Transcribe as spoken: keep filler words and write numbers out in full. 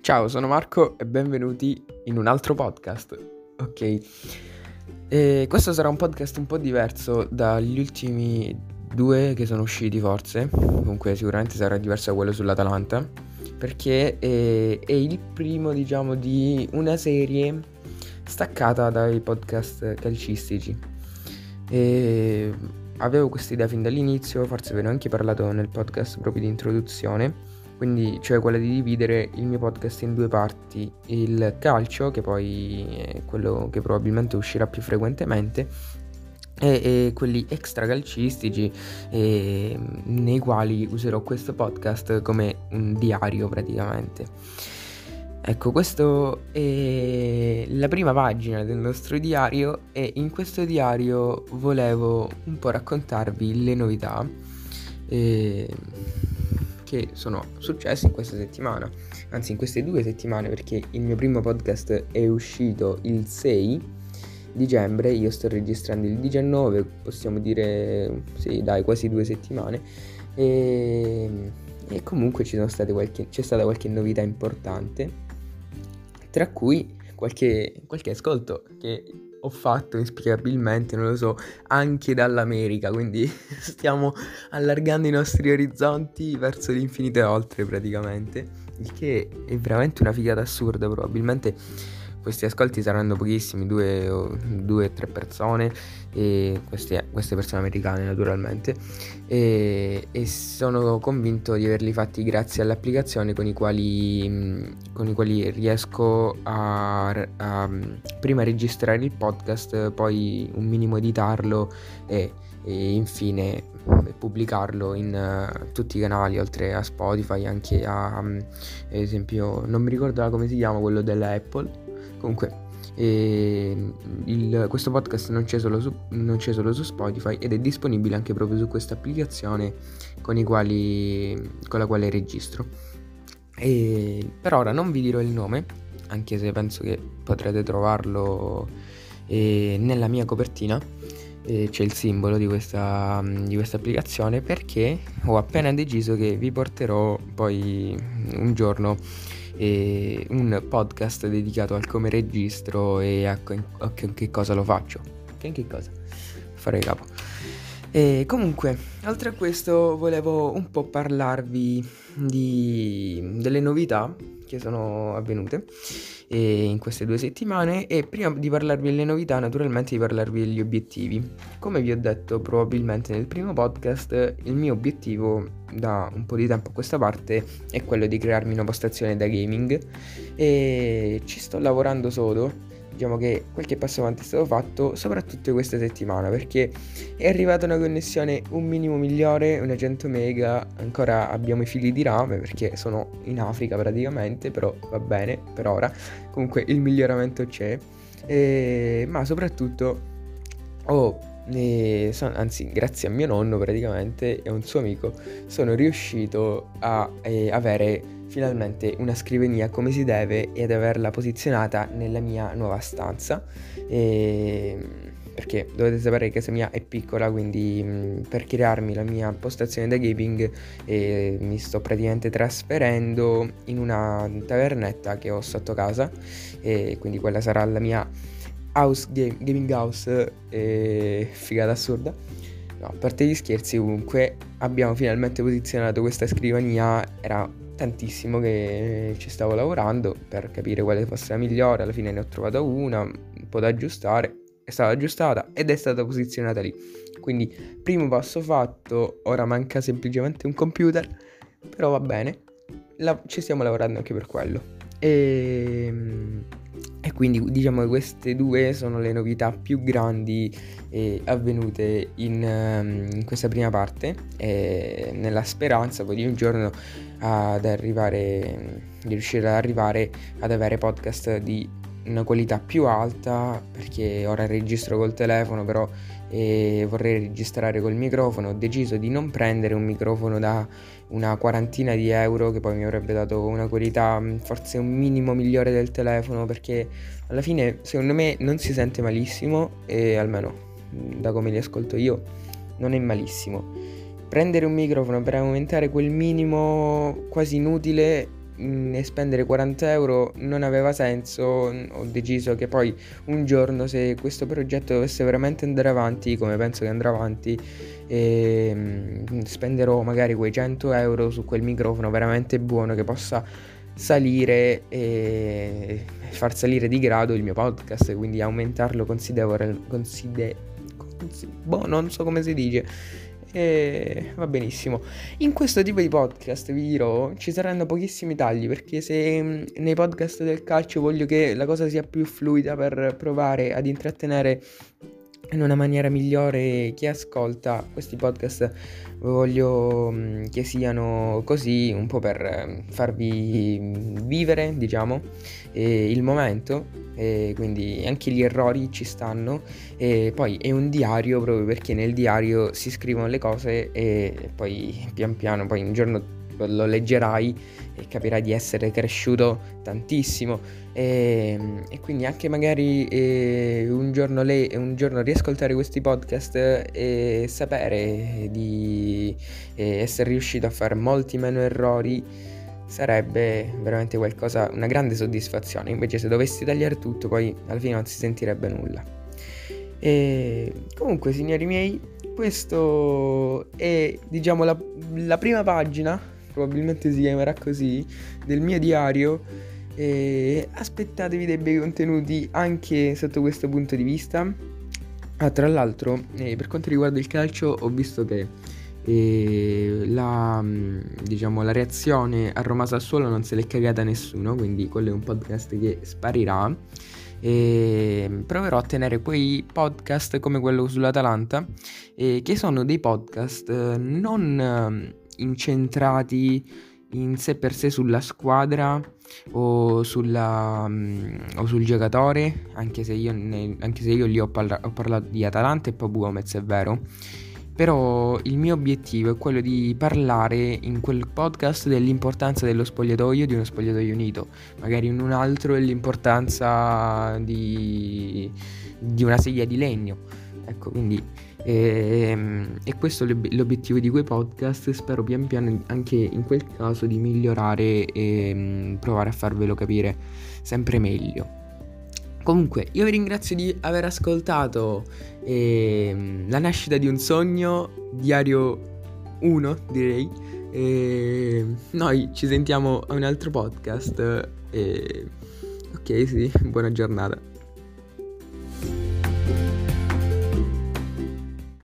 Ciao, sono Marco e benvenuti in un altro podcast. Ok, e questo sarà un podcast un po' diverso dagli ultimi due che sono usciti forse. Comunque sicuramente sarà diverso da quello sull'Atalanta, perché è, è il primo, diciamo, di una serie staccata dai podcast calcistici. E avevo questa idea fin dall'inizio, forse ve ne ho anche parlato nel podcast proprio di introduzione. Quindi, cioè quella di dividere il mio podcast in due parti: il calcio, che poi è quello che probabilmente uscirà più frequentemente, e, e quelli extracalcistici, e, nei quali userò questo podcast come un diario praticamente. Ecco, questo è la prima pagina del nostro diario e in questo diario volevo un po' raccontarvi le novità eh, che sono successe in questa settimana, anzi in queste due settimane, perché il mio primo podcast è uscito il sei dicembre, io sto registrando il diciannove, possiamo dire, sì dai, quasi due settimane, e, e comunque ci sono state qualche, c'è stata qualche novità importante, tra cui qualche, qualche ascolto che ho fatto inspiegabilmente, non lo so, anche dall'America, quindi stiamo allargando i nostri orizzonti verso l'infinito e oltre praticamente, il che è veramente una figata assurda. Probabilmente questi ascolti saranno pochissimi, due o due o tre persone, e queste, queste persone americane naturalmente, e, e sono convinto di averli fatti grazie alle applicazioni con i quali, con i quali riesco a, a prima registrare il podcast, poi un minimo editarlo e, e infine pubblicarlo in uh, tutti i canali, oltre a Spotify, anche a, um, ad esempio, non mi ricordo come si chiama quello della Apple. Comunque e il, questo podcast non c'è, solo su, non c'è solo su Spotify ed è disponibile anche proprio su questa applicazione con, i quali, con la quale registro. E per ora non vi dirò il nome, anche se penso che potrete trovarlo eh, nella mia copertina. Eh, c'è il simbolo di questa, di questa applicazione, perché ho appena deciso che vi porterò poi un giorno e un podcast dedicato al come registro e a, co- a che, che cosa lo faccio. Che che cosa? Fare capo. E comunque, oltre a questo, volevo un po' parlarvi di, delle novità che sono avvenute e in queste due settimane, e prima di parlarvi delle novità, naturalmente di parlarvi degli obiettivi. Come vi ho detto probabilmente nel primo podcast, il mio obiettivo da un po' di tempo a questa parte è quello di crearmi una postazione da gaming e ci sto lavorando sodo. Diciamo che qualche passo avanti è stato fatto, soprattutto questa settimana, perché è arrivata una connessione un minimo migliore, una cento mega. Ancora abbiamo i fili di rame perché sono in Africa praticamente, però va bene per ora. Comunque il miglioramento c'è, e, ma soprattutto ho, eh, son, anzi grazie a mio nonno praticamente e a un suo amico, sono riuscito a eh, avere finalmente una scrivania come si deve ed averla posizionata nella mia nuova stanza, e, perché dovete sapere che casa mia è piccola, quindi mh, per crearmi la mia postazione da gaming eh, mi sto praticamente trasferendo in una tavernetta che ho sotto casa, e quindi quella sarà la mia house game, gaming house, eh, figata assurda. No, a parte gli scherzi, comunque abbiamo finalmente posizionato questa scrivania. Era tantissimo che ci stavo lavorando per capire quale fosse la migliore. Alla fine ne ho trovata una un po' da aggiustare, è stata aggiustata ed è stata posizionata lì. Quindi primo passo fatto, ora manca semplicemente un computer, però va bene, la, ci stiamo lavorando anche per quello. E, e quindi diciamo che queste due sono le novità più grandi eh, avvenute in, um, in questa prima parte, e nella speranza poi di un giorno ad arrivare, di riuscire ad arrivare ad avere podcast di una qualità più alta, perché ora registro col telefono, però eh, vorrei registrare col microfono. Ho deciso di non prendere un microfono da una quarantina di euro, che poi mi avrebbe dato una qualità forse un minimo migliore del telefono, perché alla fine secondo me non si sente malissimo, e almeno da come li ascolto io non è malissimo. Prendere un microfono per aumentare quel minimo quasi inutile mh, e spendere quaranta euro non aveva senso. Ho deciso che poi un giorno, se questo progetto dovesse veramente andare avanti, come penso che andrà avanti, e, mh, spenderò magari quei cento euro su quel microfono veramente buono che possa salire e far salire di grado il mio podcast, quindi aumentarlo considerevole, consider, consi- boh, non so come si dice. E va benissimo. In questo tipo di podcast, vi dirò, ci saranno pochissimi tagli, perché se mh, nei podcast del calcio voglio che la cosa sia più fluida per provare ad intrattenere in una maniera migliore chi ascolta questi podcast, voglio mh, che siano così, un po' per eh, farvi mh, vivere, diciamo, eh, il momento, e quindi anche gli errori ci stanno. E poi è un diario, proprio perché nel diario si scrivono le cose e poi pian piano, poi un giorno lo leggerai e capirai di essere cresciuto tantissimo. E, e quindi anche magari eh, un giorno le, un giorno riascoltare questi podcast e sapere di eh, essere riuscito a fare molti meno errori sarebbe veramente qualcosa, una grande soddisfazione. Invece se dovessi tagliare tutto, poi alla fine non si sentirebbe nulla. E comunque, signori miei, questo è, diciamo, la, la prima pagina, probabilmente si chiamerà così, del mio diario. E aspettatevi dei bei contenuti anche sotto questo punto di vista. Ah, tra l'altro, eh, per quanto riguarda il calcio, ho visto che eh, la, diciamo, la reazione a Roma Sassuolo non se l'è cagata nessuno, quindi quello è un podcast che sparirà. E proverò a tenere quei podcast come quello sull'Atalanta, eh, che sono dei podcast eh, non eh, incentrati in sé per sé sulla squadra o, sulla, um, o sul giocatore, anche se io, ne, anche se io lì ho, parla- ho parlato di Atalanta e Papu Gomez, è vero. Però il mio obiettivo è quello di parlare in quel podcast dell'importanza dello spogliatoio, di uno spogliatoio unito, magari in un altro dell'importanza di, di una sedia di legno. Ecco, quindi ehm, è questo l'ob- l'obiettivo di quei podcast. Spero pian piano anche in quel caso di migliorare e mh, provare a farvelo capire sempre meglio. Comunque, io vi ringrazio di aver ascoltato ehm, La nascita di un sogno, diario uno, direi. E noi ci sentiamo a un altro podcast. E... ok, sì, buona giornata.